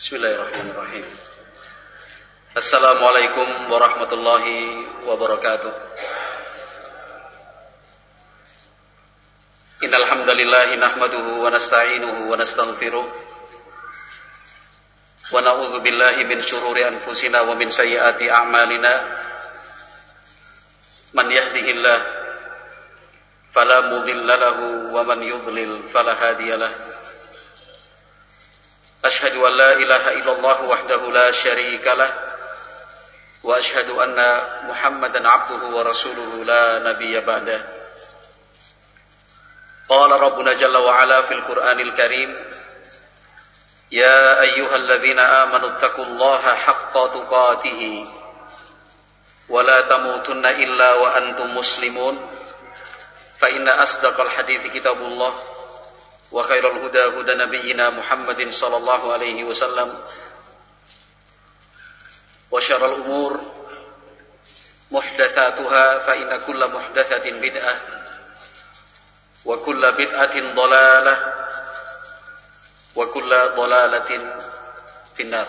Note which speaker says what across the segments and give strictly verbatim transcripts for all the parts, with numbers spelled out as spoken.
Speaker 1: Bismillahirrahmanirrahim. Assalamualaikum warahmatullahi wabarakatuh. Innal hamdalillah nahmaduhu wa nasta'inuhu wa nastaghfiruh wa na'udzu billahi min shururi anfusina wa min sayyiati a'malina. Man yahdihillah fala mudilla lahu wa man yudlil fala hadiyalah. Ashhadu an la ilaha illallah wahdahu la syarika lah wa ashhadu anna Muhammadan abduhu wa rasuluhu la nabiyya ba'dah. Qala rabbuna jalla wa ala fil Qur'anil Karim, ya ayyuhalladzina amanu taqullaha haqqa tuqatih wa la tamutunna illa wa antum muslimun. Fa inna asdaqal hadithi kitabullah wa khairal huda huda nabiyyina Muhammadin sallallahu alaihi wasallam wa syarrul umur muhdatsatuha fa inna kulla muhdatsatin bid'ah wa kulla bid'atin dhalalah wa kulla dhalalatin finnar.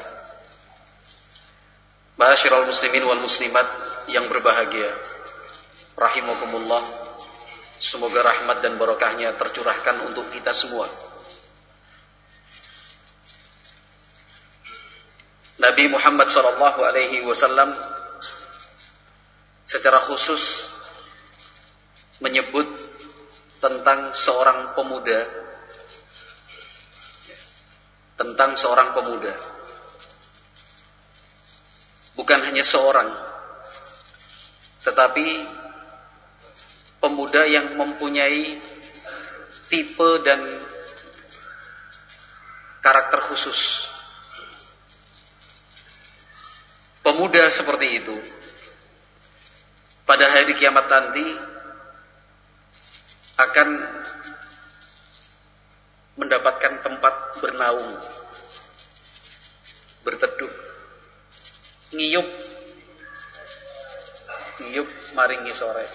Speaker 1: Ma'asyiral muslimin wal muslimat yang berbahagia, rahimakumullah. Semoga rahmat dan barokahnya tercurahkan untuk kita semua. Nabi Muhammad sallallahu alaihi wasallam secara khusus menyebut tentang seorang pemuda, tentang seorang pemuda. Bukan hanya seorang, tetapi pemuda yang mempunyai tipe dan karakter khusus. Pemuda seperti itu pada hari kiamat nanti akan mendapatkan tempat bernaung, berteduh, ngiyup, ngiyup maringi sore.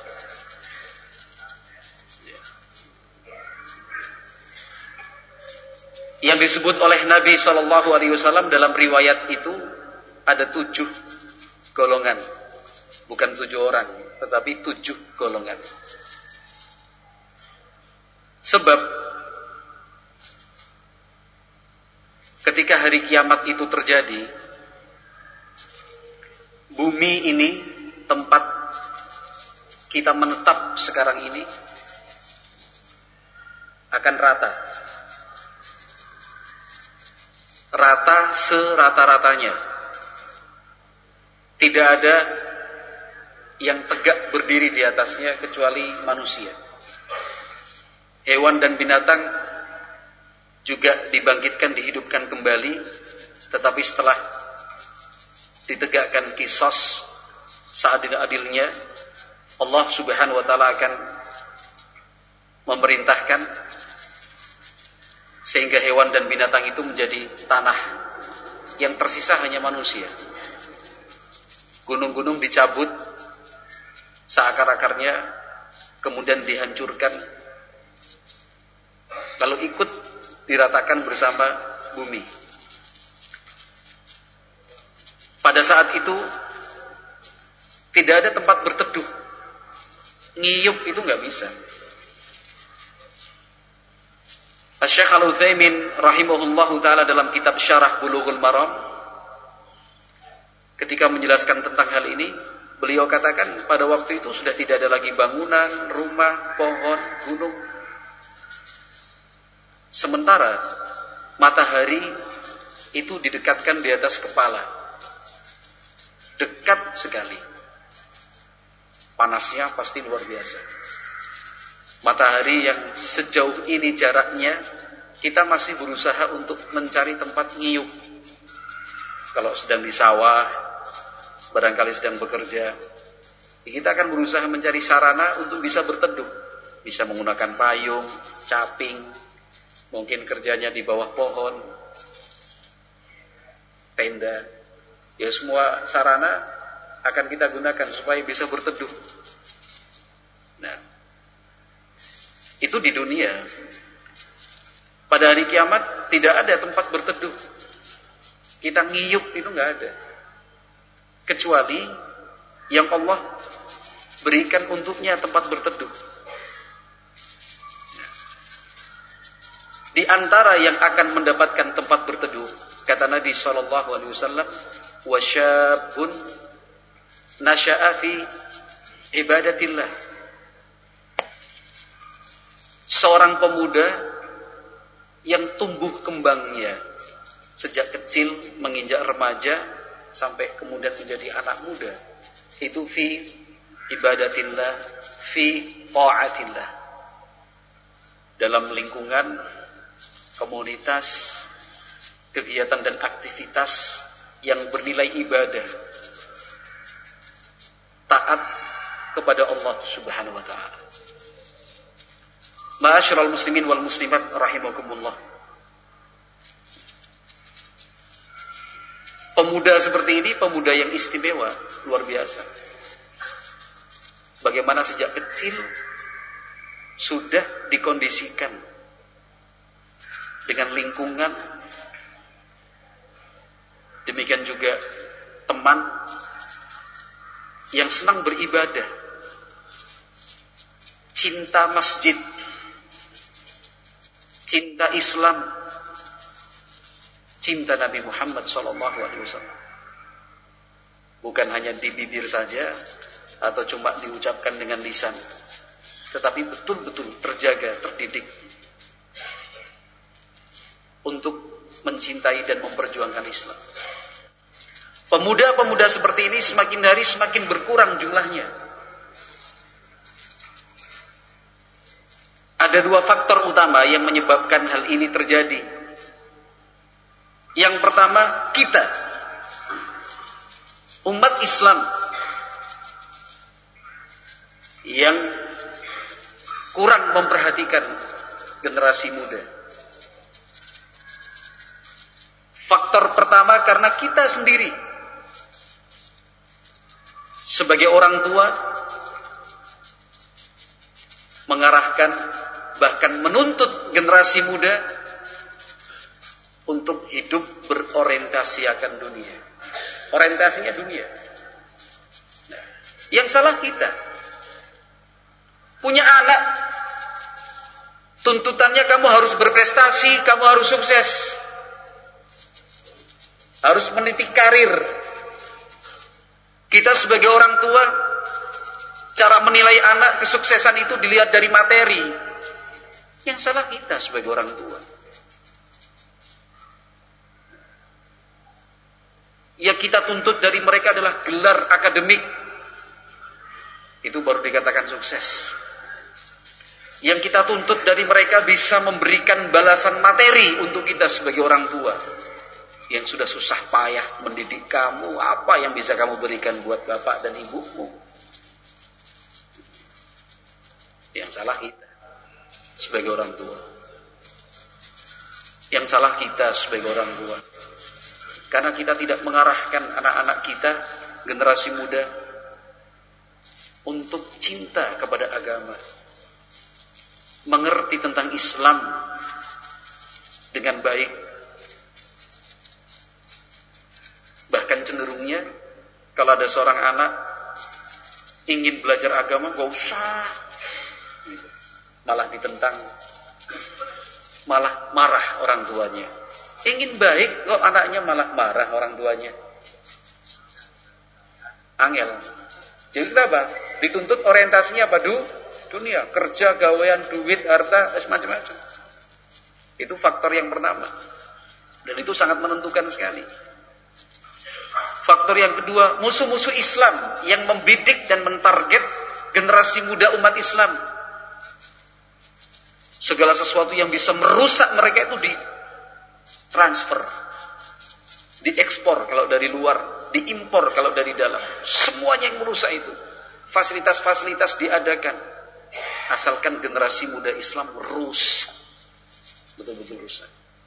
Speaker 1: Yang disebut oleh Nabi shallallahu alaihi wasallam dalam riwayat itu ada tujuh golongan, bukan tujuh orang, tetapi tujuh golongan. Sebab ketika hari kiamat itu terjadi, bumi ini, tempat kita menetap sekarang ini, akan rata. Rata serata-ratanya. Tidak ada yang tegak berdiri di atasnya kecuali manusia. Hewan dan binatang juga dibangkitkan, dihidupkan kembali, tetapi setelah ditegakkan qisas seadil-adilnya, Allah Subhanahu wa taala akan memerintahkan sehingga hewan dan binatang itu menjadi tanah, yang tersisa hanya manusia. Gunung-gunung dicabut seakar-akarnya, kemudian dihancurkan, lalu ikut diratakan bersama bumi. Pada saat itu tidak ada tempat berteduh, ngiyup itu nggak bisa. Asy-Syaikh Al-Utsaimin rahimahullahu taala dalam kitab Syarah Bulughul Maram ketika menjelaskan tentang hal ini, beliau katakan pada waktu itu sudah tidak ada lagi bangunan, rumah, pohon, gunung. Sementara matahari itu didekatkan di atas kepala. Dekat sekali. Panasnya pasti luar biasa. Matahari yang sejauh ini jaraknya, kita masih berusaha untuk mencari tempat ngiyup. Kalau sedang di sawah, barangkali sedang bekerja, kita akan berusaha mencari sarana untuk bisa berteduh. Bisa menggunakan payung, caping, mungkin kerjanya di bawah pohon, tenda. Ya, semua sarana akan kita gunakan supaya bisa berteduh. Nah, itu di dunia. Pada hari kiamat tidak ada tempat berteduh. Kita ngiyup itu nggak ada. Kecuali yang Allah berikan untuknya tempat berteduh. Di antara yang akan mendapatkan tempat berteduh, kata Nabi shallallahu alaihi wasallam, wasyabun nasya'a fi ibadatillah. Seorang pemuda yang tumbuh kembangnya sejak kecil menginjak remaja sampai kemudian menjadi anak muda, itu fi ibadatillah, fi ta'atillah, dalam lingkungan komunitas, kegiatan dan aktivitas yang bernilai ibadah, taat kepada Allah Subhanahu wa taala. Ma'asyiral muslimin wal muslimat rahimakumullah. Pemuda seperti ini pemuda yang istimewa, luar biasa. Bagaimana sejak kecil sudah dikondisikan dengan lingkungan, demikian juga teman yang senang beribadah, cinta masjid, cinta Islam, cinta Nabi Muhammad shallallahu alaihi wasallam. Bukan hanya di bibir saja atau cuma diucapkan dengan lisan, tetapi betul-betul terjaga, terdidik untuk mencintai dan memperjuangkan Islam. Pemuda-pemuda seperti ini semakin hari semakin berkurang jumlahnya. Ada dua faktor utama yang menyebabkan hal ini terjadi. Yang pertama, kita, umat Islam, yang kurang memperhatikan generasi muda. Faktor pertama karena kita sendiri sebagai orang tua mengarahkan, bahkan menuntut generasi muda untuk hidup berorientasi akan dunia. Orientasinya dunia. Nah, yang salah kita. Punya anak, tuntutannya kamu harus berprestasi, kamu harus sukses. Harus meniti karir. Kita sebagai orang tua, cara menilai anak kesuksesan itu dilihat dari materi. Yang salah kita sebagai orang tua. Yang kita tuntut dari mereka adalah gelar akademik. Itu baru dikatakan sukses. Yang kita tuntut dari mereka bisa memberikan balasan materi untuk kita sebagai orang tua. Yang sudah susah payah mendidik kamu, apa yang bisa kamu berikan buat bapak dan ibumu? Yang salah kita sebagai orang tua. Yang salah kita sebagai orang tua. Karena kita tidak mengarahkan anak-anak kita, generasi muda, untuk cinta kepada agama. Mengerti tentang Islam dengan baik. Bahkan cenderungnya kalau ada seorang anak ingin belajar agama, gak usah, malah ditentang, malah marah orang tuanya. Ingin baik kok anaknya malah marah orang tuanya. Angel. Jadi kenapa? Dituntut orientasinya apa? Du? Dunia, kerja, gawean, duit, harta, semacam-macam. Itu faktor yang pertama. Dan itu sangat menentukan sekali. Faktor yang kedua, musuh-musuh Islam yang membidik dan mentarget generasi muda umat Islam. Segala sesuatu yang bisa merusak mereka itu ditransfer, diekspor kalau dari luar, diimpor kalau dari dalam. Semuanya yang merusak itu. Fasilitas-fasilitas diadakan. Asalkan generasi muda Islam rusak. Betul-betul rusak.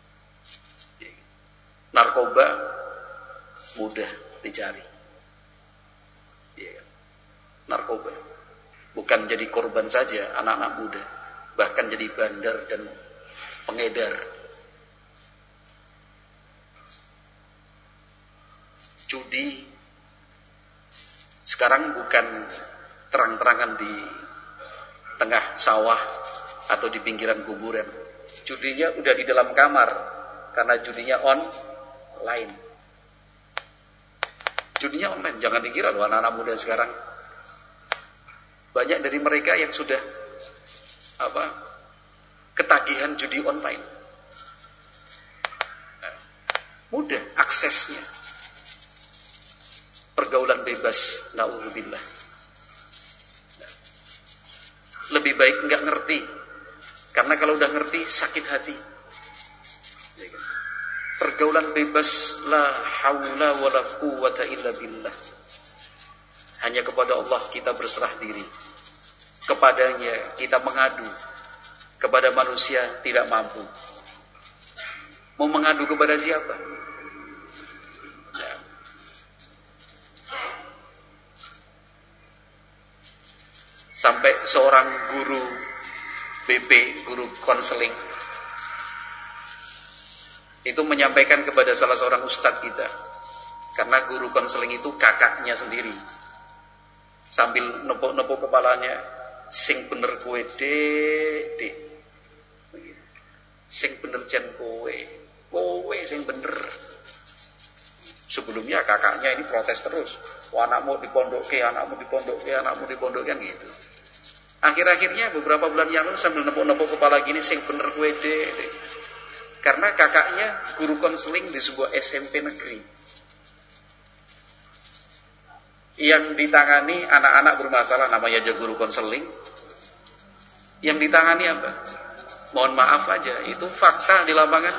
Speaker 1: Narkoba mudah dicari. Narkoba. Bukan jadi korban saja anak-anak muda. Bahkan jadi bandar dan pengedar. judi sekarang bukan terang-terangan di tengah sawah atau di pinggiran kuburan. Judinya udah di dalam kamar karena judinya online. Judinya online, jangan dikira loh anak-anak muda sekarang. Banyak dari mereka yang sudah apa? Ketagihan judi online. Nah, mudah aksesnya. Pergaulan bebas, na'udzubillah. Nah, lebih baik nggak ngerti. Karena kalau udah ngerti sakit hati. Pergaulan bebas, la haula wala quwwata illa billah. Hanya kepada Allah kita berserah diri. Kepadanya kita mengadu. Kepada manusia tidak mampu. Mau mengadu kepada siapa? Ya. Sampai seorang guru B P, guru konseling, itu menyampaikan kepada salah seorang ustadz kita. Karena guru konseling itu kakaknya sendiri. Sambil nepuk-nepuk kepalanya, sing bener kowe dek, sing bener jan kowe, kowe sing bener. Sebelumnya kakaknya ini protes terus, wah anakmu dipondokke, anakmu dipondokke, anakmu dipondokke kan gitu. Akhir-akhirnya beberapa bulan yang lalu sambil nepuk-nepuk kepala gini, sing bener kowe dek. Karena kakaknya guru konseling di sebuah S M P negeri. Yang ditangani anak-anak bermasalah, namanya aja guru konseling. Yang ditangani apa? Mohon maaf aja, itu fakta di lapangan.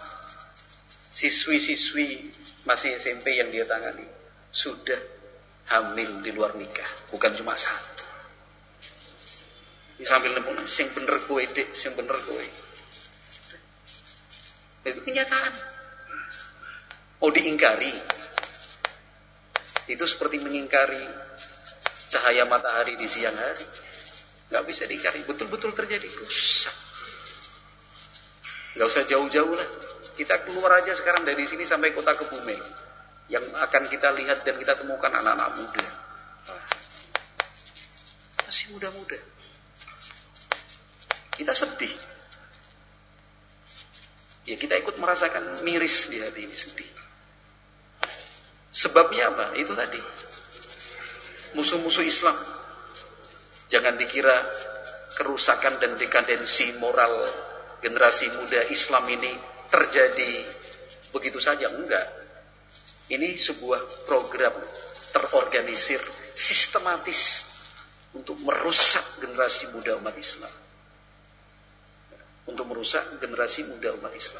Speaker 1: Siswi-siswi masih S M P yang dia tangani sudah hamil di luar nikah, bukan cuma satu. Dia sambil nepuk, sing bener kowe dek, sing bener kowe. Itu kenyataan. Mau diingkari, itu seperti mengingkari cahaya matahari di siang hari. Gak bisa diingkari, betul-betul terjadi, rusak. Gak usah jauh-jauh lah. Kita keluar aja sekarang dari sini sampai kota Kebumen. Yang akan kita lihat dan kita temukan anak-anak muda. Masih muda-muda. Kita sedih. Ya kita ikut merasakan miris di hati ini, sedih. Sebabnya apa? Itu tadi. Musuh-musuh Islam. Jangan dikira kerusakan dan dekadensi moral generasi muda Islam ini terjadi begitu saja. Enggak. Ini sebuah program terorganisir, sistematis untuk merusak generasi muda umat Islam. Untuk merusak generasi muda umat Islam.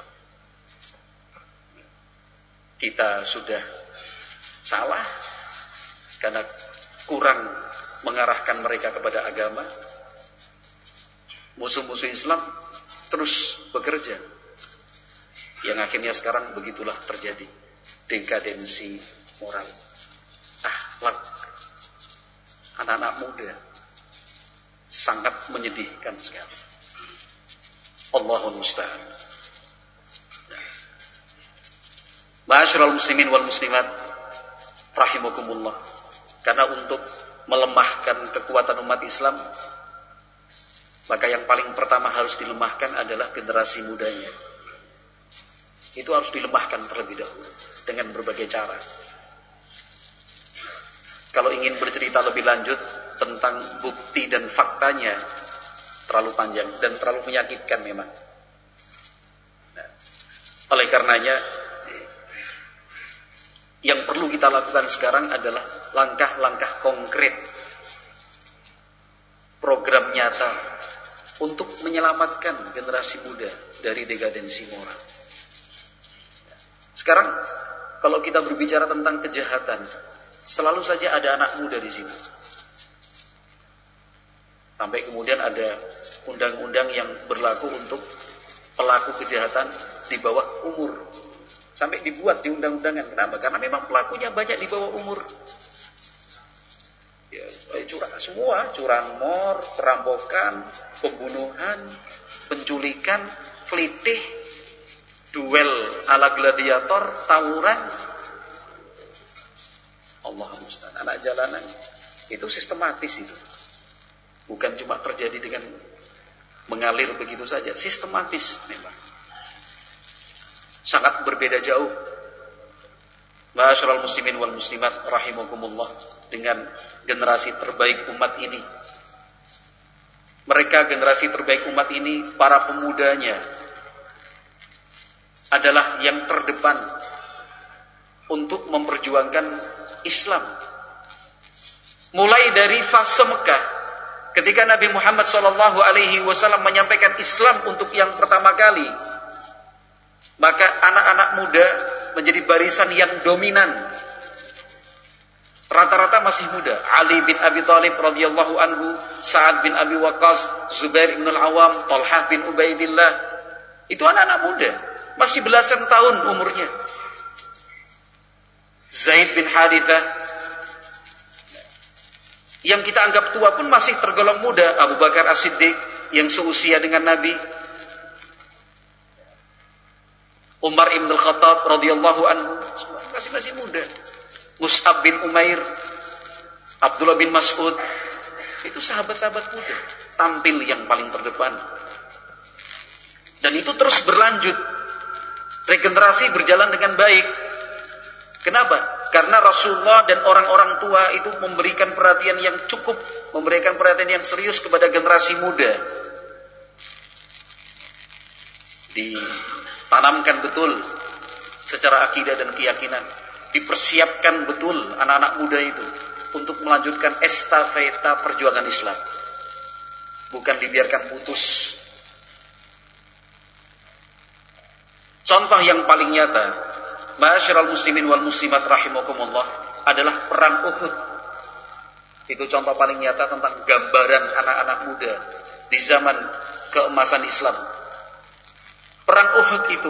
Speaker 1: Kita sudah salah karena kurang mengarahkan mereka kepada agama. Musuh-musuh Islam terus bekerja. Yang akhirnya sekarang begitulah terjadi. Dekadensi moral. Akhlak anak-anak muda sangat menyedihkan sekali. Allahul musta'an. Ma'asyiral muslimin wal muslimat rahimakumullah. Karena untuk melemahkan kekuatan umat Islam, maka yang paling pertama harus dilemahkan adalah generasi mudanya. Itu harus dilemahkan terlebih dahulu dengan berbagai cara. Kalau ingin bercerita lebih lanjut tentang bukti dan faktanya, terlalu panjang dan terlalu menyakitkan memang. Nah, oleh karenanya, yang perlu kita lakukan sekarang adalah langkah-langkah konkret, program nyata untuk menyelamatkan generasi muda dari dekadensi moral. Sekarang kalau kita berbicara tentang kejahatan, selalu saja ada anak muda di sini. Sampai kemudian ada undang-undang yang berlaku untuk pelaku kejahatan di bawah umur. Sampai dibuat di undang-undangan. Kenapa? Karena memang pelakunya banyak di bawah umur. Ya, curang semua, curanmor, perampokan, pembunuhan, penculikan, flitih, duel ala gladiator, tawuran, Allah musta'an. Anak jalanan itu sistematis itu. Bukan cuma terjadi dengan mengalir begitu saja, sistematis memang. Sangat berbeda jauh. Ma'asyiral muslimin wal muslimat rahimakumullah, dengan generasi terbaik umat ini. Mereka generasi terbaik umat ini, para pemudanya adalah yang terdepan untuk memperjuangkan Islam. Mulai dari fase Mekah, ketika Nabi Muhammad shallallahu alaihi wasallam menyampaikan Islam untuk yang pertama kali, maka anak-anak muda menjadi barisan yang dominan. Rata-rata masih muda. Ali bin Abi Thalib radhiyallahu anhu, Sa'ad bin Abi Waqqas, Zubair bin Al-Awwam, Talhah bin Ubaidillah. Itu anak-anak muda, masih belasan tahun umurnya. Zaid bin Harithah, yang kita anggap tua pun masih tergolong muda. Abu Bakar As-Siddiq, yang seusia dengan Nabi. Umar ibn al-Khattab radhiyallahu anhu, masih masih muda. Mus'ab bin Umair, Abdullah bin Mas'ud, itu sahabat-sahabat muda, tampil yang paling terdepan. Dan itu terus berlanjut. Regenerasi berjalan dengan baik. Kenapa? Karena Rasulullah dan orang-orang tua itu memberikan perhatian yang cukup, memberikan perhatian yang serius kepada generasi muda. Ditanamkan betul secara akidah dan keyakinan. Dipersiapkan betul anak-anak muda itu untuk melanjutkan estafeta perjuangan Islam. Bukan dibiarkan putus. Contoh yang paling nyata, ma'asyiral muslimin wal muslimat rahimakumullah, adalah perang Uhud. Itu contoh paling nyata tentang gambaran anak-anak muda di zaman keemasan Islam. Perang Uhud itu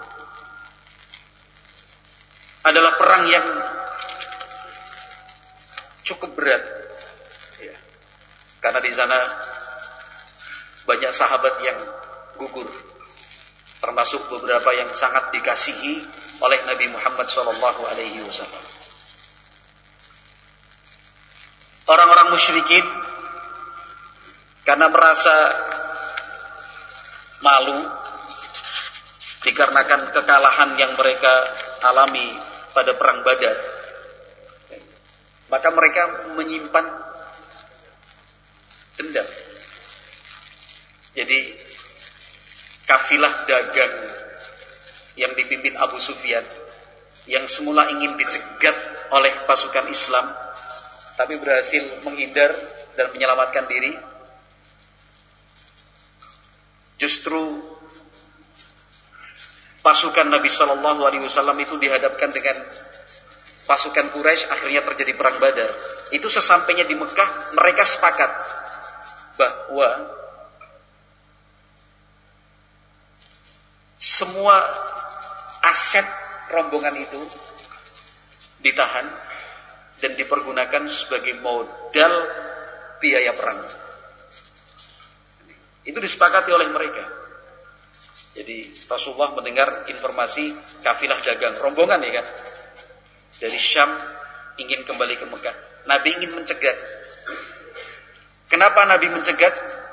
Speaker 1: adalah perang yang cukup berat, ya. Karena di sana banyak sahabat yang gugur, termasuk beberapa yang sangat dikasihi oleh Nabi Muhammad shallallahu alaihi wasallam. Orang-orang musyrikin karena merasa malu dikarenakan kekalahan yang mereka alami pada perang Badar, maka mereka menyimpan dendam. Jadi kafilah dagang yang dipimpin Abu Sufyan, yang semula ingin dicegat oleh pasukan Islam, tapi berhasil menghindar dan menyelamatkan diri, justru pasukan Nabi Shallallahu Alaihi Wasallam itu dihadapkan dengan pasukan Quraisy, akhirnya terjadi perang Badar. Itu sesampainya di Mekah, mereka sepakat bahwa semua aset rombongan itu ditahan dan dipergunakan sebagai modal biaya perang. Itu disepakati oleh mereka. Jadi Rasulullah mendengar informasi kafilah dagang, rombongan ya kan, dari Syam ingin kembali ke Mekah. Nabi ingin mencegat. Kenapa Nabi mencegat?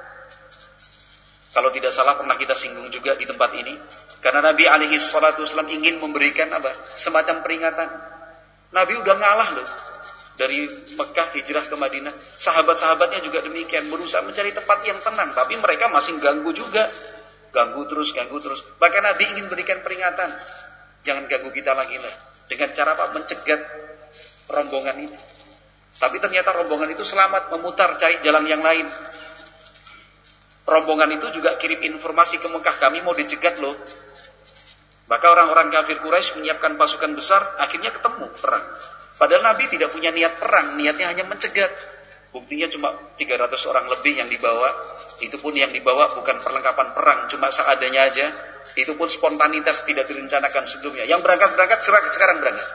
Speaker 1: Kalau tidak salah pernah kita singgung juga di tempat ini. Karena Nabi alaihi salatu wasallam ingin memberikan apa? Semacam peringatan. Nabi udah ngalah loh. Dari Mekah hijrah ke Madinah. Sahabat-sahabatnya juga demikian, berusaha mencari tempat yang tenang, tapi mereka masih ganggu juga. Ganggu terus, ganggu terus. Bahkan Nabi ingin berikan peringatan. Jangan ganggu kita lagi lah. Dengan cara apa? Mencegat rombongan ini. Tapi ternyata rombongan itu selamat, memutar cari jalan yang lain. Rombongan itu juga kirim informasi ke Mekah, kami mau dicegat loh. Maka orang-orang kafir Quraisy menyiapkan pasukan besar, akhirnya ketemu perang. Padahal Nabi tidak punya niat perang, niatnya hanya mencegat. Buktinya cuma tiga ratus orang lebih yang dibawa. Itu pun yang dibawa bukan perlengkapan perang, cuma seadanya aja. Itu pun spontanitas, tidak direncanakan sebelumnya. Yang berangkat-berangkat sekarang berangkat.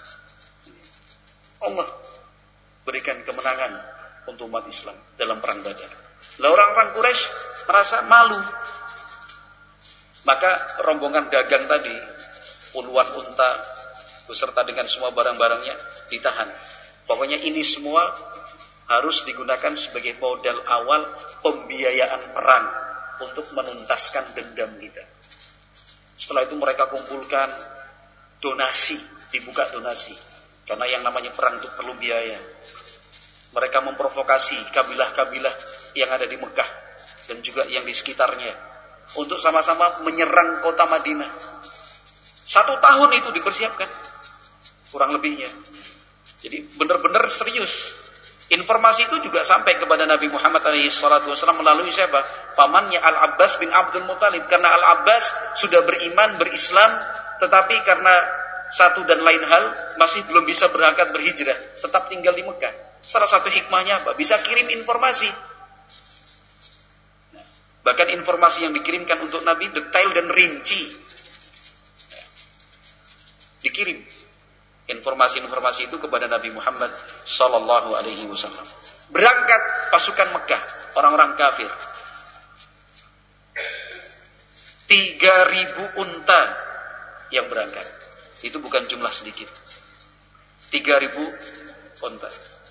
Speaker 1: Allah berikan kemenangan untuk umat Islam dalam perang Badar. Lah orang-orang Quraisy merasa malu. Maka rombongan dagang tadi, puluhan unta, beserta dengan semua barang-barangnya ditahan. Pokoknya ini semua harus digunakan sebagai modal awal pembiayaan perang untuk menuntaskan dendam kita. Setelah itu mereka kumpulkan donasi, dibuka donasi. Karena yang namanya perang itu perlu biaya. Mereka memprovokasi kabilah-kabilah yang ada di Mekah dan juga yang di sekitarnya untuk sama-sama menyerang kota Madinah. Satu tahun itu dipersiapkan, kurang lebihnya. Jadi benar-benar serius. Informasi itu juga sampai kepada Nabi Muhammad alaihi salatu wasallam melalui siapa? Pamannya Al-Abbas bin Abdul Muthalib. Karena Al-Abbas sudah beriman, berislam, tetapi karena satu dan lain hal masih belum bisa berangkat berhijrah, tetap tinggal di Mekah. Salah satu hikmahnya apa? Bisa kirim informasi. Nah, bahkan informasi yang dikirimkan untuk Nabi detail dan rinci. Nah, dikirim informasi-informasi itu kepada Nabi Muhammad sallallahu alaihi wasallam. Berangkat pasukan Mekah, orang-orang kafir. tiga ribu unta yang berangkat. Itu bukan jumlah sedikit. tiga ribu unta.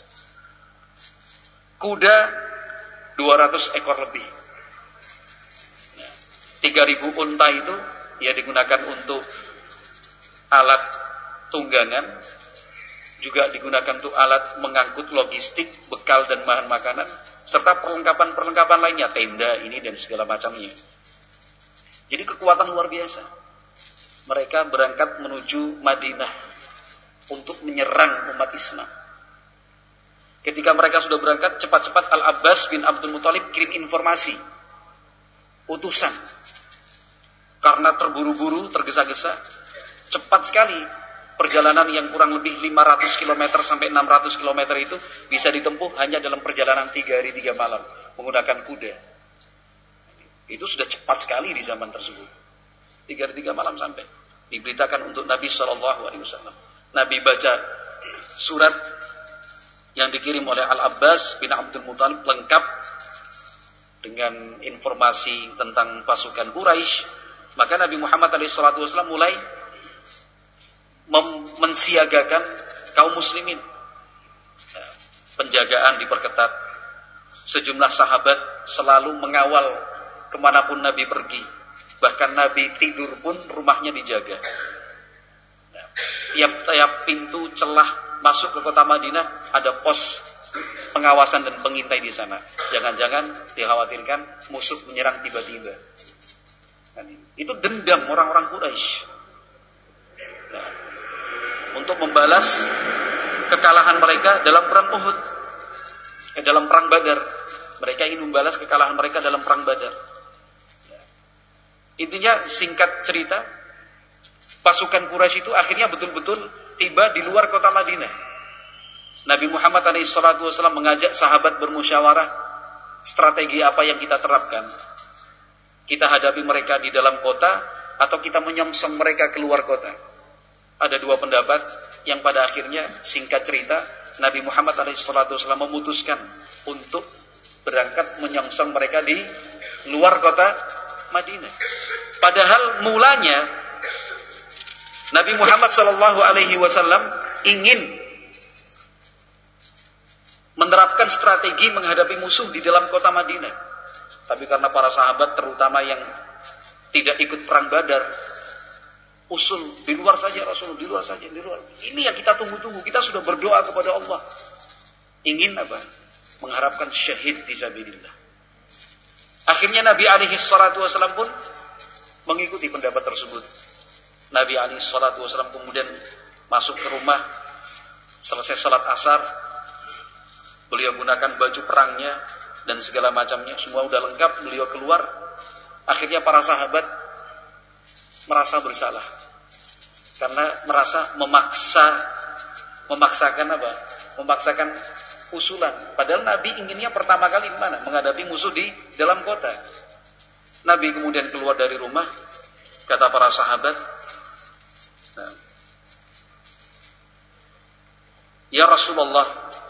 Speaker 1: Kuda dua ratus ekor lebih. Nah, tiga ribu unta itu ya digunakan untuk alat tunggangan, juga digunakan untuk alat mengangkut logistik, bekal dan bahan makanan, serta perlengkapan-perlengkapan lainnya, tenda ini dan segala macamnya. Jadi kekuatan luar biasa. Mereka berangkat menuju Madinah untuk menyerang umat Islam. Ketika mereka sudah berangkat, cepat-cepat Al-Abbas bin Abdul Muthalib kirim informasi, utusan. Karena terburu-buru, tergesa-gesa, cepat sekali perjalanan yang kurang lebih lima ratus kilometer sampai enam ratus kilometer itu bisa ditempuh hanya dalam perjalanan tiga hari tiga malam menggunakan kuda. Itu sudah cepat sekali di zaman tersebut. Tiga hari tiga malam sampai. Diberitakan untuk Nabi shallallahu alaihi wasallam. Nabi baca surat yang dikirim oleh Al-Abbas bin Abdul Muthalib lengkap dengan informasi tentang pasukan Quraisy. Maka Nabi Muhammad shallallahu alaihi wasallam mulai mem- mensiagakan kaum muslimin. Penjagaan diperketat. Sejumlah sahabat selalu mengawal kemanapun Nabi pergi. Bahkan Nabi tidur pun rumahnya dijaga. Tiap-tiap pintu celah masuk ke kota Madinah ada pos pengawasan dan pengintai di sana. Jangan-jangan dikhawatirkan musuh menyerang tiba-tiba. Itu dendam orang-orang Quraisy. Nah, untuk membalas kekalahan mereka dalam perang Uhud, eh, dalam perang Badar. Mereka ingin membalas kekalahan mereka dalam perang Badar. Intinya singkat cerita, pasukan Quraisy itu akhirnya betul-betul tiba di luar kota Madinah. Nabi Muhammad shallallahu alaihi wasallam mengajak sahabat bermusyawarah, strategi apa yang kita terapkan? Kita hadapi mereka di dalam kota atau kita menyongsong mereka keluar kota? Ada dua pendapat yang pada akhirnya singkat cerita Nabi Muhammad shallallahu alaihi wasallam memutuskan untuk berangkat menyongsong mereka di luar kota Madinah. Padahal mulanya Nabi Muhammad shallallahu alaihi wasallam ingin menerapkan strategi menghadapi musuh di dalam kota Madinah. Tapi karena para sahabat terutama yang tidak ikut perang Badar, usul di luar saja Rasulullah, di luar saja, di luar. Ini yang kita tunggu-tunggu. Kita sudah berdoa kepada Allah. Ingin apa? Mengharapkan syahid fisabilillah. Akhirnya Nabi alaihi salatu wasallam pun mengikuti pendapat tersebut. Nabi alaihi salatu wasallam kemudian masuk ke rumah, selesai salat asar, beliau gunakan baju perangnya dan segala macamnya, semua udah lengkap, beliau keluar. Akhirnya para sahabat merasa bersalah karena merasa memaksa memaksakan apa? Memaksakan usulan. Padahal Nabi inginnya pertama kali di mana? Menghadapi musuh di dalam kota. Nabi kemudian keluar dari rumah, kata para sahabat, nah, ya Rasulullah,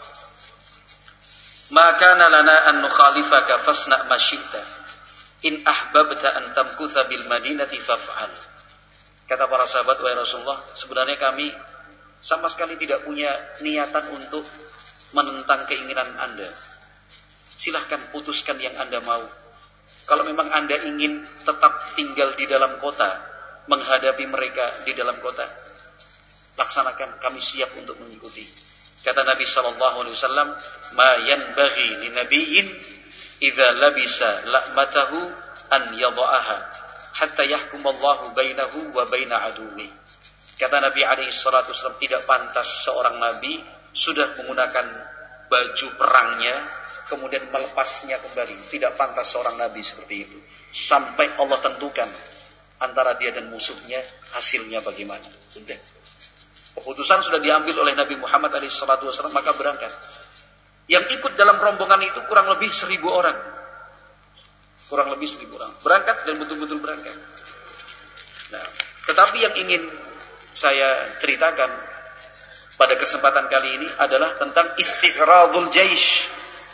Speaker 1: ma kana lana an nukhalifaka fasna ma syi'ta. In ahbabta an tamkutha bil madinati faf'al. Kata para sahabat, wahai Rasulullah, sebenarnya kami sama sekali tidak punya niatan untuk menentang keinginan Anda. Silahkan putuskan yang Anda mau. Kalau memang Anda ingin tetap tinggal di dalam kota, menghadapi mereka di dalam kota, laksanakan, kami siap untuk mengikuti. Kata Nabi sallallahu alaihi wasallam, "Ma yanbaghi li nabiyyin idza labisa la'matahu an yadha'aha hatta yahkumallahu bainahu wa baina aduwwi." Kata Nabi alaihi salatu wasallam, tidak pantas seorang nabi sudah menggunakan baju perangnya kemudian melepasnya kembali. Tidak pantas seorang nabi seperti itu sampai Allah tentukan antara dia dan musuhnya hasilnya bagaimana. Sudah. Keputusan sudah diambil oleh Nabi Muhammad shallallahu alaihi wasallam, maka berangkat. Yang ikut dalam rombongan itu kurang lebih seribu orang. Kurang lebih seribu orang. Berangkat dan betul-betul berangkat. Nah, tetapi yang ingin saya ceritakan pada kesempatan kali ini adalah tentang istighradul jaish.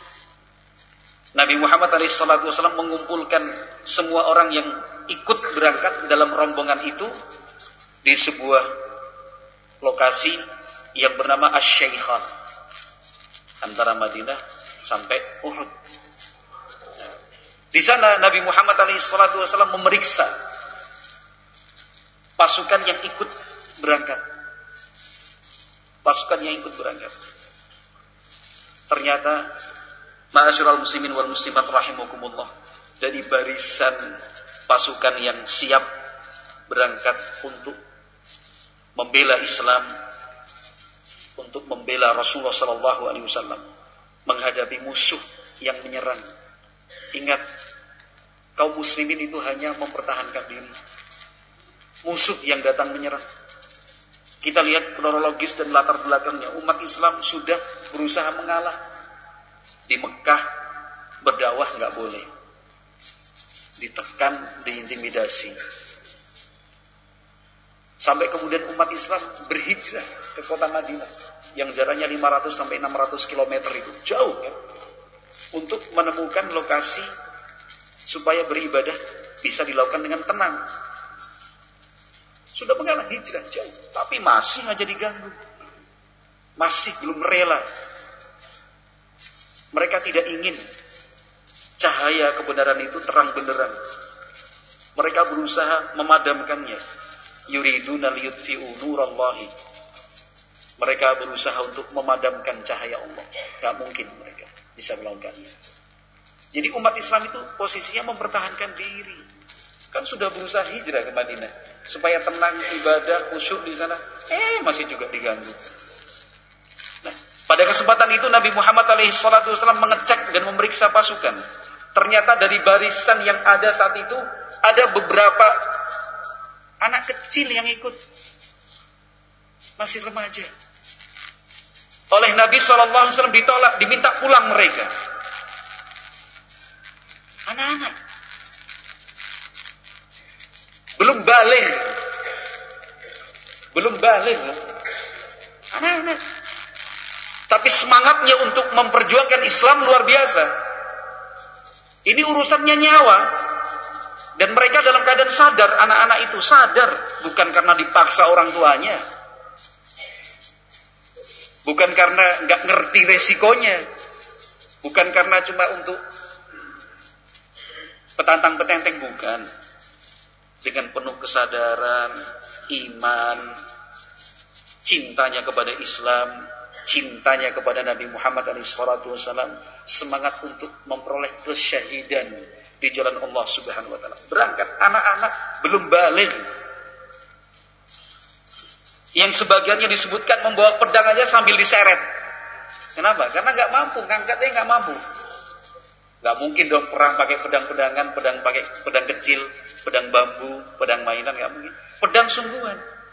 Speaker 1: Nabi Muhammad shallallahu alaihi wasallam mengumpulkan semua orang yang ikut berangkat dalam rombongan itu di sebuah lokasi yang bernama Asy-Syaikhan, antara Madinah sampai Uhud. Di sana Nabi Muhammad shallallahu alaihi wasallam memeriksa pasukan yang ikut berangkat. Pasukan yang ikut berangkat. Ternyata ma'asyiral muslimin wal muslimat rahimakumullah, dari barisan pasukan yang siap berangkat untuk membela Islam, untuk membela Rasulullah sallallahu alaihi wasallam menghadapi musuh yang menyerang. Ingat, kaum muslimin itu hanya mempertahankan diri. Musuh yang datang menyerang. Kita lihat kronologis dan latar belakangnya. Umat Islam sudah berusaha mengalah. Di Mekah berdakwah nggak boleh. Ditekan, diintimidasi. Sampai kemudian umat Islam berhijrah ke kota Madinah yang jaraknya lima ratus sampai enam ratus kilometer itu. Jauh kan? Untuk menemukan lokasi supaya beribadah bisa dilakukan dengan tenang. Sudah mengalah hijrah jauh, tapi masih aja diganggu. Masih belum rela. Mereka tidak ingin cahaya kebenaran itu terang benderang. Mereka berusaha memadamkannya. Yuriduna liyutfi'u nurallahi. Mereka berusaha untuk memadamkan cahaya Allah. Gak mungkin mereka bisa melakukannya. Jadi umat Islam itu posisinya mempertahankan diri. Kan sudah berusaha hijrah ke Madinah supaya tenang ibadah, khusyuk di sana. Eh masih juga diganggu. Nah, pada kesempatan itu Nabi Muhammad shallallahu alaihi wasallam mengecek dan memeriksa pasukan. Ternyata dari barisan yang ada saat itu ada beberapa anak kecil yang ikut, masih remaja. Oleh Nabi shallallahu alaihi wasallam ditolak, diminta pulang mereka. Anak-anak belum balik, belum balik, anak-anak. Tapi semangatnya untuk memperjuangkan Islam luar biasa. Ini urusannya nyawa. Dan mereka dalam keadaan sadar, anak-anak itu sadar. Bukan karena dipaksa orang tuanya. Bukan karena gak ngerti resikonya. Bukan karena cuma untuk petantang-petenteng, bukan. Dengan penuh kesadaran, iman, cintanya kepada Islam, cintanya kepada Nabi Muhammad shallallahu alaihi wasallam, semangat untuk memperoleh kesyahidan di jalan Allah Subhanahu wa taala. Berangkat, anak-anak belum baligh. Yang sebagiannya disebutkan membawa pedang aja sambil diseret. Kenapa? Karena nggak mampu, ngangkatnya nggak mampu. Nggak mungkin dong perang pakai pedang-pedangan, pedang pakai pedang kecil, pedang bambu, pedang mainan, nggak mungkin. Pedang sungguhan.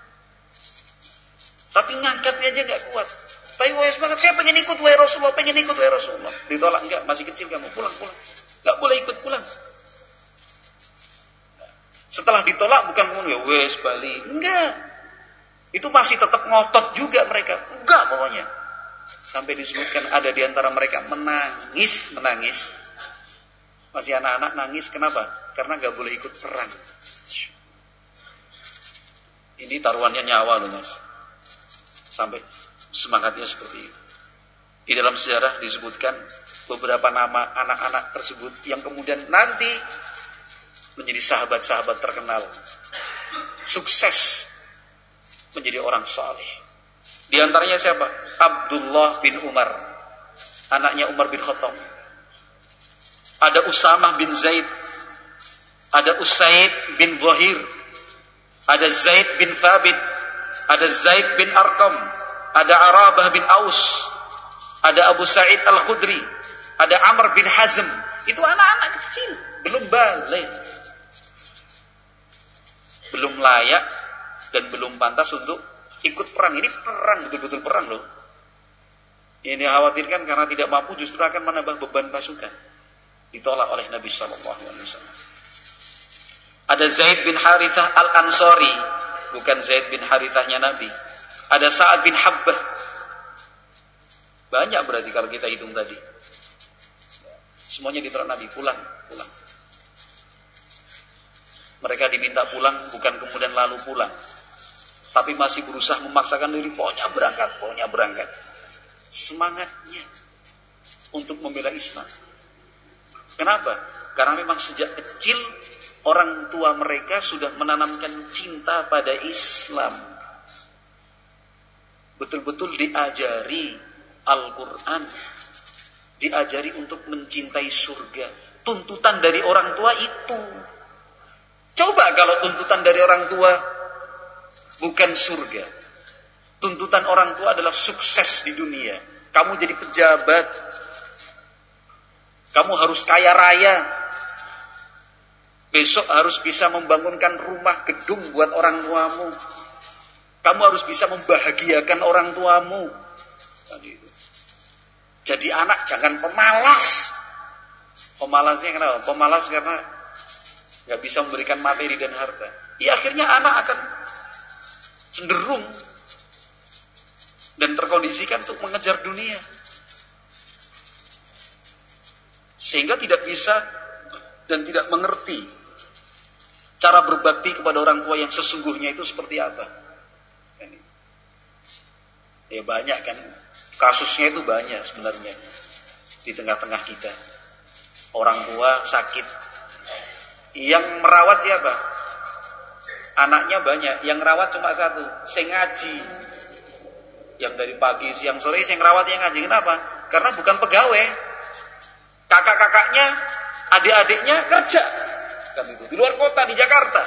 Speaker 1: Tapi ngangkatnya aja nggak kuat. Tapi wahai semangat, saya pengen ikut wahai Rasulullah, pengen ikut wahai Rasulullah. Ditolak, enggak, masih kecil kamu, pulang, pulang. Nggak boleh ikut, pulang. Setelah ditolak bukan kemudian wes balik, enggak. Itu masih tetap ngotot juga mereka, enggak pokoknya. Sampai disebutkan ada di antara mereka menangis, menangis. Masih anak-anak nangis, kenapa? Karena nggak boleh ikut perang. Ini taruhannya nyawa loh mas. Sampai semangatnya seperti itu. Di dalam sejarah disebutkan beberapa nama anak-anak tersebut yang kemudian nanti menjadi sahabat-sahabat terkenal, sukses menjadi orang saleh. Di antaranya siapa? Abdullah bin Umar, anaknya Umar bin Khattab. Ada Usamah bin Zaid, ada Usaid bin Zahir, ada Zaid bin Thabit, ada Zaid bin Arqam, ada Arabah bin Aus, ada Abu Sa'id Al-Khudri, ada Amr bin Hazm. Itu anak-anak kecil, belum balik, belum layak dan belum pantas untuk ikut perang. Ini perang, betul-betul perang loh. Ini dikhawatirkan karena tidak mampu justru akan menambah beban pasukan. Ditolak oleh Nabi shallallahu alaihi wasallam. Ada Zaid bin Harithah Al-Ansari, bukan Zaid bin Harithahnya Nabi. Ada Sa'ad bin Habbah. Banyak berarti kalau kita hitung tadi. Semuanya ditolak Nabi, pulang, pulang. Mereka diminta pulang, bukan kemudian lalu pulang, tapi masih berusaha memaksakan diri. Pokoknya berangkat, pokoknya berangkat. Semangatnya untuk membela Islam. Kenapa? Karena memang sejak kecil orang tua mereka sudah menanamkan cinta pada Islam. Betul-betul diajari Al-Quran, diajari untuk mencintai surga. Tuntutan dari orang tua itu. Coba kalau tuntutan dari orang tua bukan surga, tuntutan orang tua adalah sukses di dunia. Kamu jadi pejabat, kamu harus kaya raya, besok harus bisa membangunkan rumah gedung buat orang tuamu, kamu harus bisa membahagiakan orang tuamu. Jadi anak jangan pemalas. Pemalasnya kenapa? Pemalas karena gak bisa memberikan materi dan harta. Ya akhirnya anak akan cenderung dan terkondisikan untuk mengejar dunia, sehingga tidak bisa dan tidak mengerti cara berbakti kepada orang tua yang sesungguhnya itu seperti apa. Ya banyak kan, kasusnya itu banyak sebenarnya di tengah-tengah kita. Orang tua sakit, yang merawat siapa? Anaknya banyak, yang merawat cuma satu, sing ngaji. Yang dari pagi, siang, sore sing merawat yang ngaji. Kenapa? Karena bukan pegawai. Kakak-kakaknya, adik-adiknya kerja. Kan itu di luar kota, di Jakarta.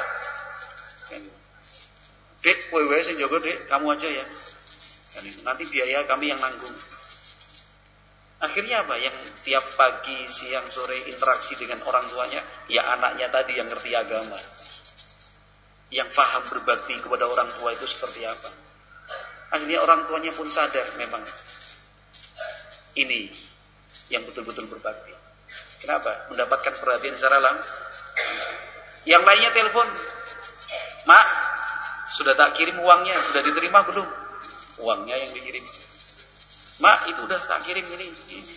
Speaker 1: Dek, wewe sing jaga dek, kamu aja ya. Kan itu. Nanti biaya kami yang nanggung. Akhirnya apa? Yang tiap pagi, siang, sore interaksi dengan orang tuanya, ya anaknya tadi yang ngerti agama, yang paham berbakti kepada orang tua itu seperti apa. Akhirnya orang tuanya pun sadar memang ini yang betul-betul berbakti. Kenapa? Mendapatkan perhatian secara langsung. Yang lainnya telepon, Mak, sudah tak kirim uangnya, sudah diterima belum? Uangnya yang dikirim. Mak, itu udah tak kirim ini, ini.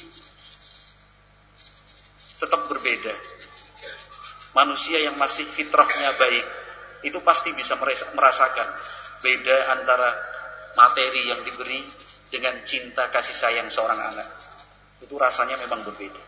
Speaker 1: Tetap berbeda. Manusia yang masih fitrahnya baik itu pasti bisa merasakan beda antara materi yang diberi dengan cinta kasih sayang seorang anak. Itu rasanya memang berbeda.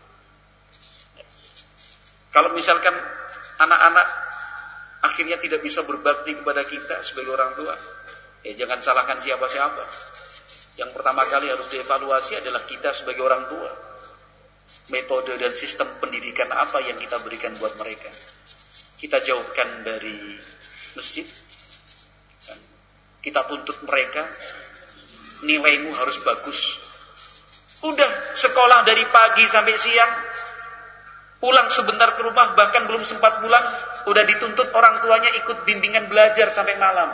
Speaker 1: Kalau misalkan anak-anak akhirnya tidak bisa berbakti kepada kita sebagai orang tua, ya jangan salahkan siapa-siapa. Yang pertama kali harus dievaluasi adalah kita sebagai orang tua. Metode dan sistem pendidikan apa yang kita berikan buat mereka. Kita jauhkan dari masjid. Kita tuntut mereka, nilaimu harus bagus. Udah sekolah dari pagi sampai siang, pulang sebentar ke rumah, bahkan belum sempat pulang, udah dituntut orang tuanya ikut bimbingan belajar sampai malam.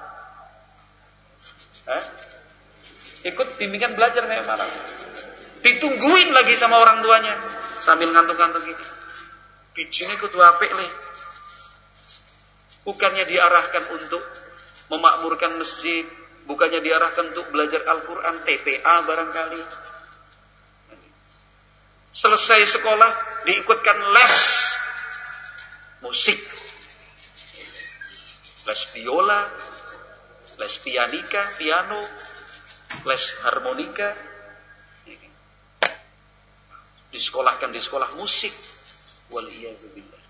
Speaker 1: Hah? Ikut bimbingan belajar sampai malam. Ditungguin lagi sama orang tuanya sambil ngantuk-ngantuk gini. Bijine kudu apik le. Bukannya diarahkan untuk memakmurkan masjid, bukannya diarahkan untuk belajar Al-Quran, T P A barangkali. Selesai sekolah diikutkan les musik, les biola, les pianika, piano, les harmonika, disekolahkan di sekolah musik, waliyadzubillah.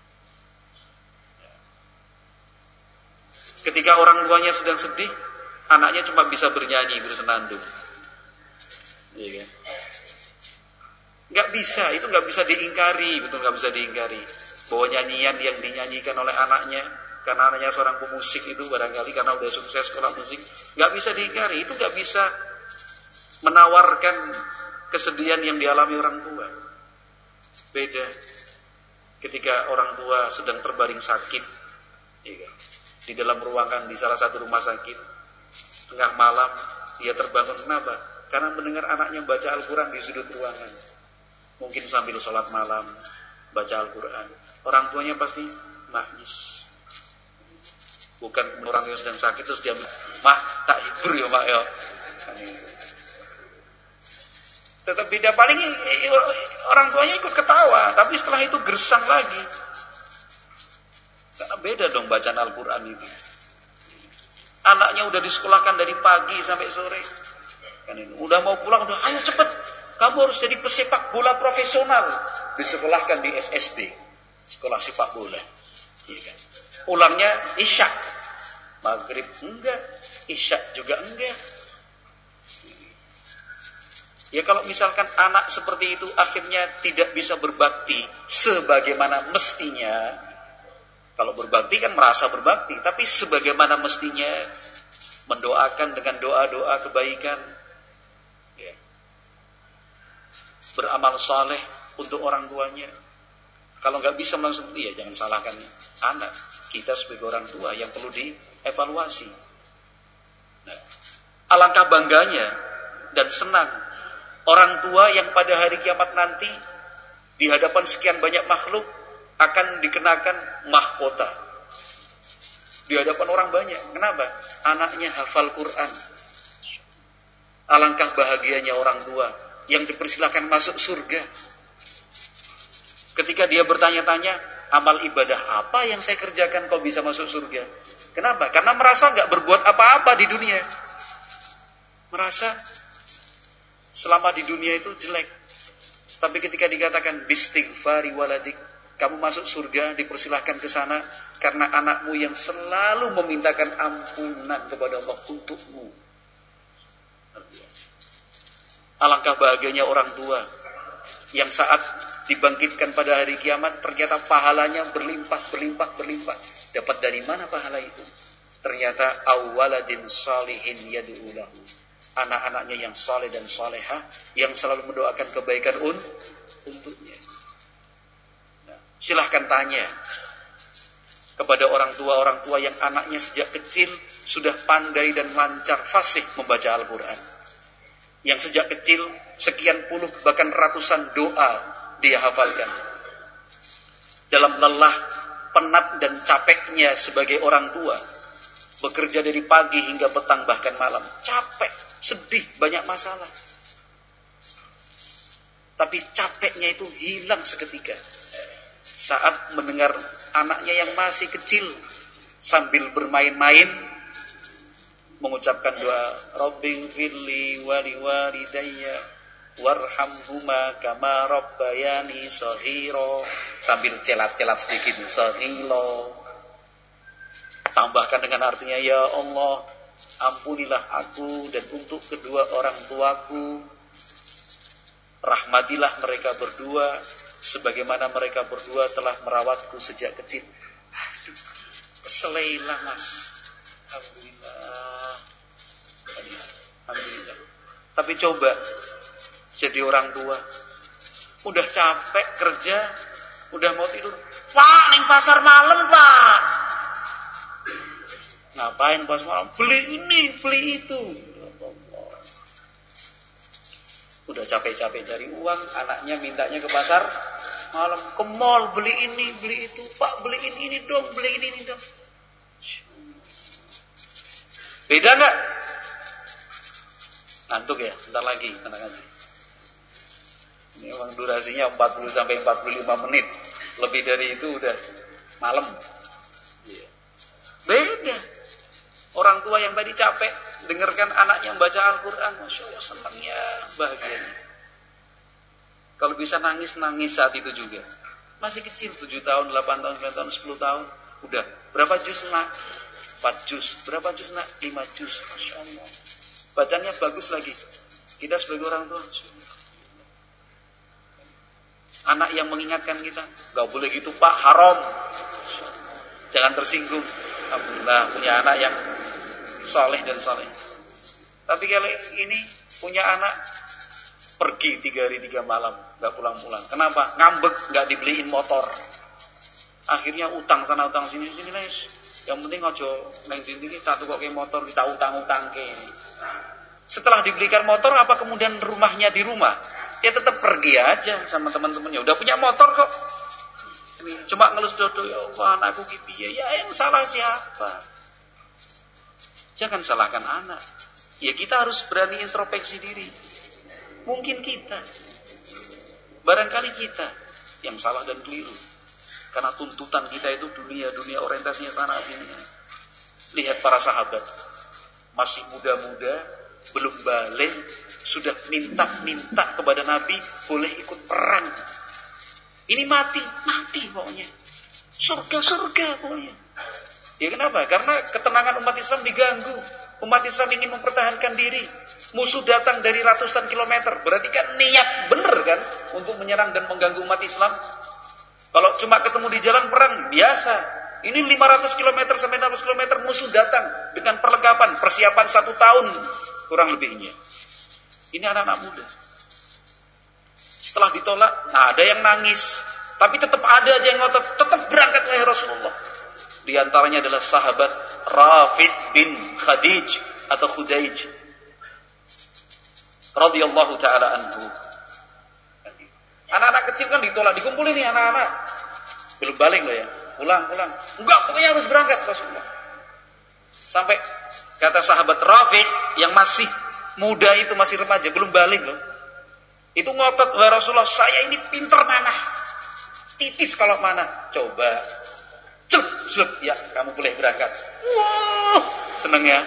Speaker 1: Ketika orang tuanya sedang sedih, anaknya cuma bisa bernyanyi, bersenandung. Iya kan? Nggak bisa, itu nggak bisa diingkari, betul nggak bisa diingkari. Bahwa nyanyian yang dinyanyikan oleh anaknya, karena anaknya seorang pemusik itu barangkali karena udah sukses sekolah musik, nggak bisa diingkari. Itu nggak bisa menawarkan kesedihan yang dialami orang tua. Beda ketika orang tua sedang terbaring sakit, iya kan? Di dalam ruangan di salah satu rumah sakit, tengah malam dia terbangun. Kenapa? Karena mendengar anaknya baca Al-Quran di sudut ruangan. Mungkin sambil sholat malam baca Al-Quran. Orang tuanya pasti nangis. Bukan orang yang sedang sakit terus dia, "Mah, tak hibur ya mak ya." Tetap beda, paling orang tuanya ikut ketawa, tapi setelah itu gersang lagi. Karena beda dong bacaan Al-Quran itu. Anaknya udah disekolahkan dari pagi sampai sore. Kan itu. Udah mau pulang, udah ayo cepet. Kamu harus jadi pesepak bola profesional. Disekolahkan di S S B. Sekolah sepak bola. Iya kan? Pulangnya isya. Maghrib enggak. Isya juga enggak. Ya kalau misalkan anak seperti itu akhirnya tidak bisa berbakti sebagaimana mestinya. Kalau berbakti kan merasa berbakti, tapi sebagaimana mestinya mendoakan dengan doa-doa kebaikan, ya. Beramal saleh untuk orang tuanya. Kalau nggak bisa langsung, iya jangan salahkan anak. Kita sebagai orang tua yang perlu dievaluasi. Nah, alangkah bangganya dan senang orang tua yang pada hari kiamat nanti di hadapan sekian banyak makhluk akan dikenakan mahkota di hadapan orang banyak. Kenapa? Anaknya hafal Quran. Alangkah bahagianya orang tua yang dipersilakan masuk surga. Ketika dia bertanya-tanya, amal ibadah apa yang saya kerjakan kok bisa masuk surga? Kenapa? Karena merasa gak berbuat apa-apa di dunia. Merasa selama di dunia itu jelek. Tapi ketika dikatakan bistighfari waladik, kamu masuk surga, dipersilahkan ke sana karena anakmu yang selalu memintakan ampunan kepada Allah untukmu. Alangkah bahagianya orang tua yang saat dibangkitkan pada hari kiamat ternyata pahalanya berlimpah, berlimpah, berlimpah. Dapat dari mana pahala itu? Ternyata awwaladin salihin yad'u lahu. Anak-anaknya yang saleh dan salehah yang selalu mendoakan kebaikan un untuknya. Silahkan tanya kepada orang tua-orang tua yang anaknya sejak kecil sudah pandai dan lancar fasih membaca Al-Quran. Yang sejak kecil sekian puluh bahkan ratusan doa dia hafalkan. Dalam lelah, penat dan capeknya sebagai orang tua, bekerja dari pagi hingga petang bahkan malam, capek, sedih, banyak masalah. Tapi capeknya itu hilang seketika saat mendengar anaknya yang masih kecil sambil bermain-main mengucapkan doa, Rabbi firli wali walidayya warhamhuma kama rabbayani shaghira, sambil celat-celat sedikit, shaghira. Tambahkan dengan artinya, ya Allah, ampunilah aku dan untuk kedua orang tuaku, rahmatilah mereka berdua sebagaimana mereka berdua telah merawatku sejak kecil. Aduh, selailah mas. Alhamdulillah. Alhamdulillah. Tapi coba jadi orang tua, udah capek kerja, udah mau tidur, Pak, ning pasar malam Pak. Ngapain pasar malam? Beli ini, beli itu. Udah capek-capek cari uang, anaknya mintanya ke pasar malam, ke mall, beli ini, beli itu. Pak, beliin ini dong, beliin ini dong. Beda nggak? Ngantuk ya, bentar lagi, tenang aja. Ini memang durasinya empat puluh sampai empat puluh lima menit. Lebih dari itu udah malam. Beda. Orang tua yang tadi capek dengarkan anaknya membaca Al-Quran, Masya Allah senangnya, bahagianya. Kalau bisa nangis, nangis saat itu juga. Masih kecil, tujuh tahun, delapan tahun, sembilan tahun, sepuluh tahun. Udah, berapa juz nak? empat juz. Berapa juz nak? lima juz. Masya Allah. Bacanya bagus lagi. Kita sebagai orang tua, anak yang mengingatkan kita, gak boleh gitu pak, haram. Jangan tersinggung. Alhamdulillah punya anak yang soleh dan soleh. Tapi kalau ini punya anak pergi tiga hari tiga malam, gak pulang-pulang. Kenapa? Ngambek, gak dibeliin motor. Akhirnya utang sana utang sini sini nes. Yang penting ojo neng sini satu kok ke motor kita utang-utang ke. Setelah dibelikan motor, apa kemudian rumahnya di rumah? Ya tetap pergi aja sama teman-temannya. Udah punya motor kok. Ini cuma ngelus dodo, ya Allah anakku gitu ya. Ya yang salah siapa? Jangan salahkan anak. Ya kita harus berani introspeksi diri. Mungkin kita, barangkali kita yang salah dan keliru. Karena tuntutan kita itu dunia-dunia orientasinya tanah sini. Lihat para sahabat, masih muda-muda, belum balik, sudah minta-minta kepada Nabi boleh ikut perang. Ini mati, mati pokoknya. Surga-surga pokoknya. Ya kenapa? Karena ketenangan umat Islam diganggu. Umat Islam ingin mempertahankan diri. Musuh datang dari ratusan kilometer. Berarti kan niat bener kan untuk menyerang dan mengganggu umat Islam. Kalau cuma ketemu di jalan perang, biasa. Ini lima ratus kilometer sampai enam ratus kilometer musuh datang dengan perlengkapan, persiapan satu tahun kurang lebihnya. Ini anak-anak muda. Setelah ditolak, nah ada yang nangis. Tapi tetap ada aja yang ngotot, tetap berangkat wahai Rasulullah. Di antaranya adalah sahabat Rafi' bin Khadij atau Khudaij radhiyallahu taala anhu. Anak-anak kecil kan ditolak, dikumpulin nih anak-anak. Belum balik loh ya. Pulang, pulang. Enggak, pokoknya harus berangkat Rasulullah. Sampai kata sahabat Rafi' yang masih muda itu, masih remaja, belum balik loh. Itu ngotot, wahai Rasulullah, saya ini pinter manah. Titis kalau manah. Coba. Celup, celup. Ya, kamu boleh berangkat. Wah, seneng ya.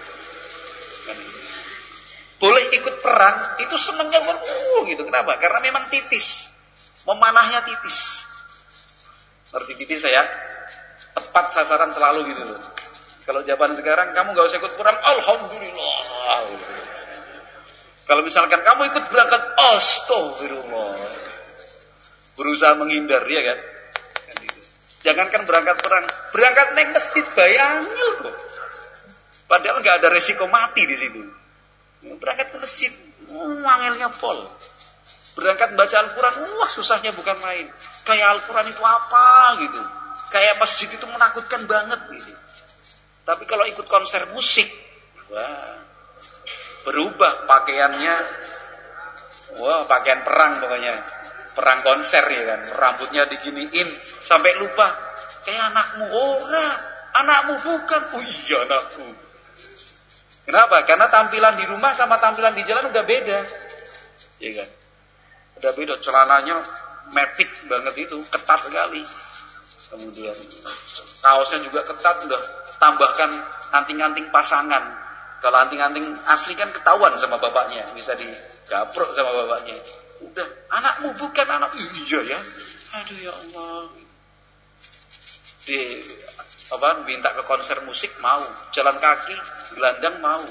Speaker 1: Boleh ikut perang, itu senengnya uh, gitu. Kenapa? Karena memang titis. Memanahnya titis. Seperti titis saya, tepat sasaran selalu gitu loh. Kalau zaman sekarang, kamu gak usah ikut perang, alhamdulillah. Kalau misalkan kamu ikut berangkat, astagfirullah. Berusaha menghindar, ya kan? Jangankan berangkat perang, berangkat naik masjid bayangil kok. Padahal gak ada resiko mati di situ. Berangkat ke masjid, wangelnya pol. Berangkat baca Al-Quran, wah susahnya bukan main. Kayak Al-Quran itu apa gitu. Kayak masjid itu menakutkan banget gitu. Tapi kalau ikut konser musik, wah, berubah pakaiannya. Wah, pakaian perang pokoknya. Perang konser ya kan. Rambutnya diginiin sampai lupa. Kayak anakmu, oh nah, anakmu bukan. Oh iya anakku. Kenapa? Karena tampilan di rumah sama tampilan di jalan udah beda. Iya kan? Udah beda, celananya mepit banget itu, ketat sekali. Kemudian kaosnya juga ketat, udah tambahkan anting-anting pasangan. Kalau anting-anting asli kan ketahuan sama bapaknya, bisa digaprok sama bapaknya. Udah, anakmu bukan anak. Iya ya. Aduh ya Allah. Di apa minta ke konser musik mau, jalan kaki, gelandang mau.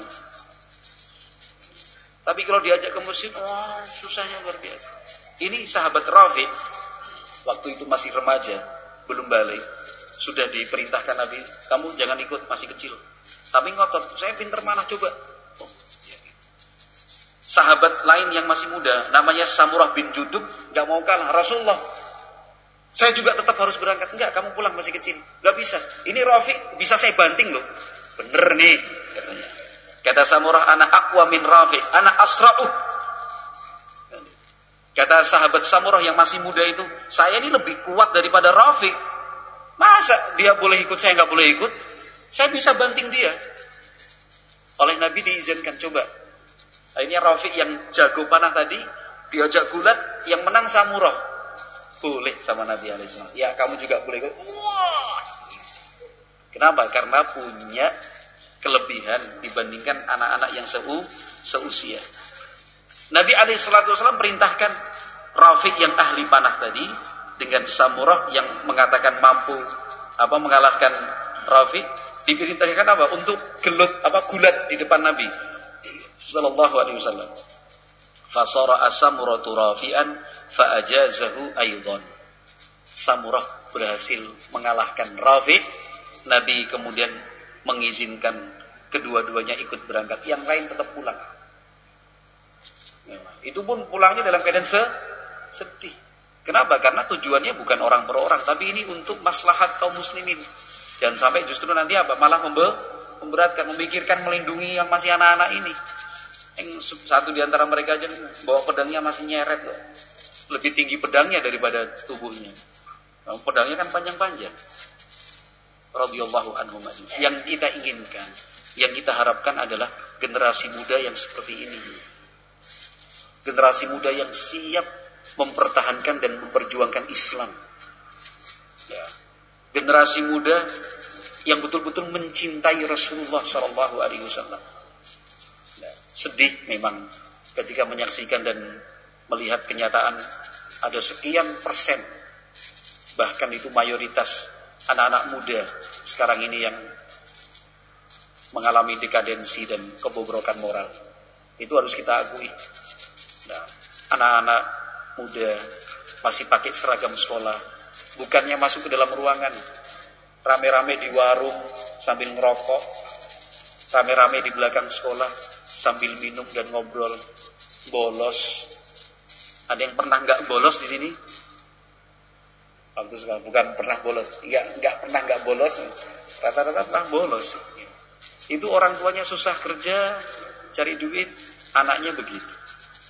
Speaker 1: Tapi kalau diajak ke masjid, wah susahnya luar biasa. Ini sahabat Rafi' waktu itu masih remaja, belum balik, sudah diperintahkan Nabi, kamu jangan ikut, masih kecil. Tapi ngotot, saya pinter mana coba. Oh, ya. Sahabat lain yang masih muda, namanya Samurah bin Jundub, gak mau kalah. Rasulullah, saya juga tetap harus berangkat. Enggak, kamu pulang masih kecil. Enggak bisa. Ini Rafi' bisa saya banting loh. Bener nih katanya. Kata Samurah, ana aqwa min Rafi', ana asra'uh. Kata sahabat Samurah yang masih muda itu, saya ini lebih kuat daripada Rafi'. Masa dia boleh ikut, saya enggak boleh ikut? Saya bisa banting dia. Oleh Nabi diizinkan, coba. Akhirnya Rafi' yang jago panah tadi diajak gulat, yang menang Samurah. Boleh sama Nabi alaihi salam. Ya kamu juga boleh ikut. Wah. Kenapa? Karena punya kelebihan dibandingkan anak-anak yang seu, seusia. Nabi alaihi salatu wasallam perintahkan Rafiq yang ahli panah tadi dengan Samurah yang mengatakan mampu apa mengalahkan Rafiq, diperintahkan apa? Untuk gelut apa gulat di depan Nabi sallallahu alaihi wasallam. Fasara Samuratu Rafi'an fa ajazahu aidan. Samurah berhasil mengalahkan Rafiq. Nabi kemudian mengizinkan kedua-duanya ikut berangkat, yang lain tetap pulang. Nah, itu pun pulangnya dalam keadaan sedih. Kenapa? Karena tujuannya bukan orang per orang, tapi ini untuk maslahat kaum muslimin. Jangan sampai justru nanti apa? Malah memberatkan, memikirkan melindungi yang masih anak-anak ini. Yang satu di antara mereka aja bawa pedangnya masih nyeret loh. Lebih tinggi pedangnya daripada tubuhnya. Nah, pedangnya kan panjang-panjang. Radhiyallahu anhum ajma'in. Yang kita inginkan, yang kita harapkan adalah generasi muda yang seperti ini. Generasi muda yang siap mempertahankan dan memperjuangkan Islam. Ya. Generasi muda yang betul-betul mencintai Rasulullah Shallallahu Alaihi Wasallam. Ya. Sedih memang ketika menyaksikan dan melihat kenyataan ada sekian persen, bahkan itu mayoritas anak-anak muda sekarang ini yang mengalami dekadensi dan kebobrokan moral. Itu harus kita akui. Nah, anak-anak muda masih pakai seragam sekolah, bukannya masuk ke dalam ruangan, rame-rame di warung sambil ngerokok, rame-rame di belakang sekolah sambil minum dan ngobrol, bolos. Ada yang pernah nggak bolos di sini? Bukan pernah bolos, nggak nggak pernah nggak bolos, rata-rata pernah bolos. Itu orang tuanya susah kerja, cari duit, anaknya begitu.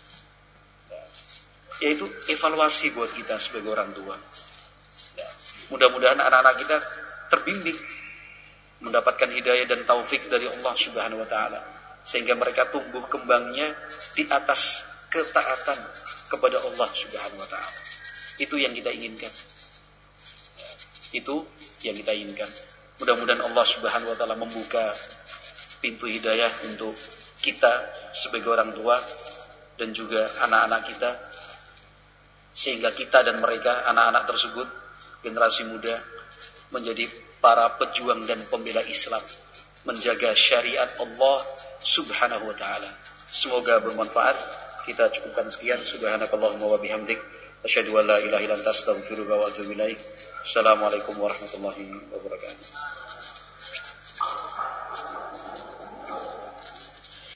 Speaker 1: Yaitu evaluasi buat kita sebagai orang tua. Ya. Mudah-mudahan anak-anak kita terbimbing, mendapatkan hidayah dan taufik dari Allah Subhanahu Wa Taala, sehingga mereka tumbuh kembangnya di atas ketaatan kepada Allah Subhanahu Wa Taala. Itu yang kita inginkan. Ya. Itu yang kita inginkan. Mudah-mudahan Allah Subhanahu Wa Taala membuka pintu hidayah untuk kita sebagai orang tua dan juga anak-anak kita, sehingga kita dan mereka, anak-anak tersebut, generasi muda, menjadi para pejuang dan pembela Islam, menjaga syariat Allah Subhanahu Wa Taala. Semoga bermanfaat. Kita cukupkan sekian. Subhanakallahumma wa bihamdik, asyhadu an la ilaha illa anta, astaghfiruka wa atubu ilaik. Assalamualaikum warahmatullahi wabarakatuh.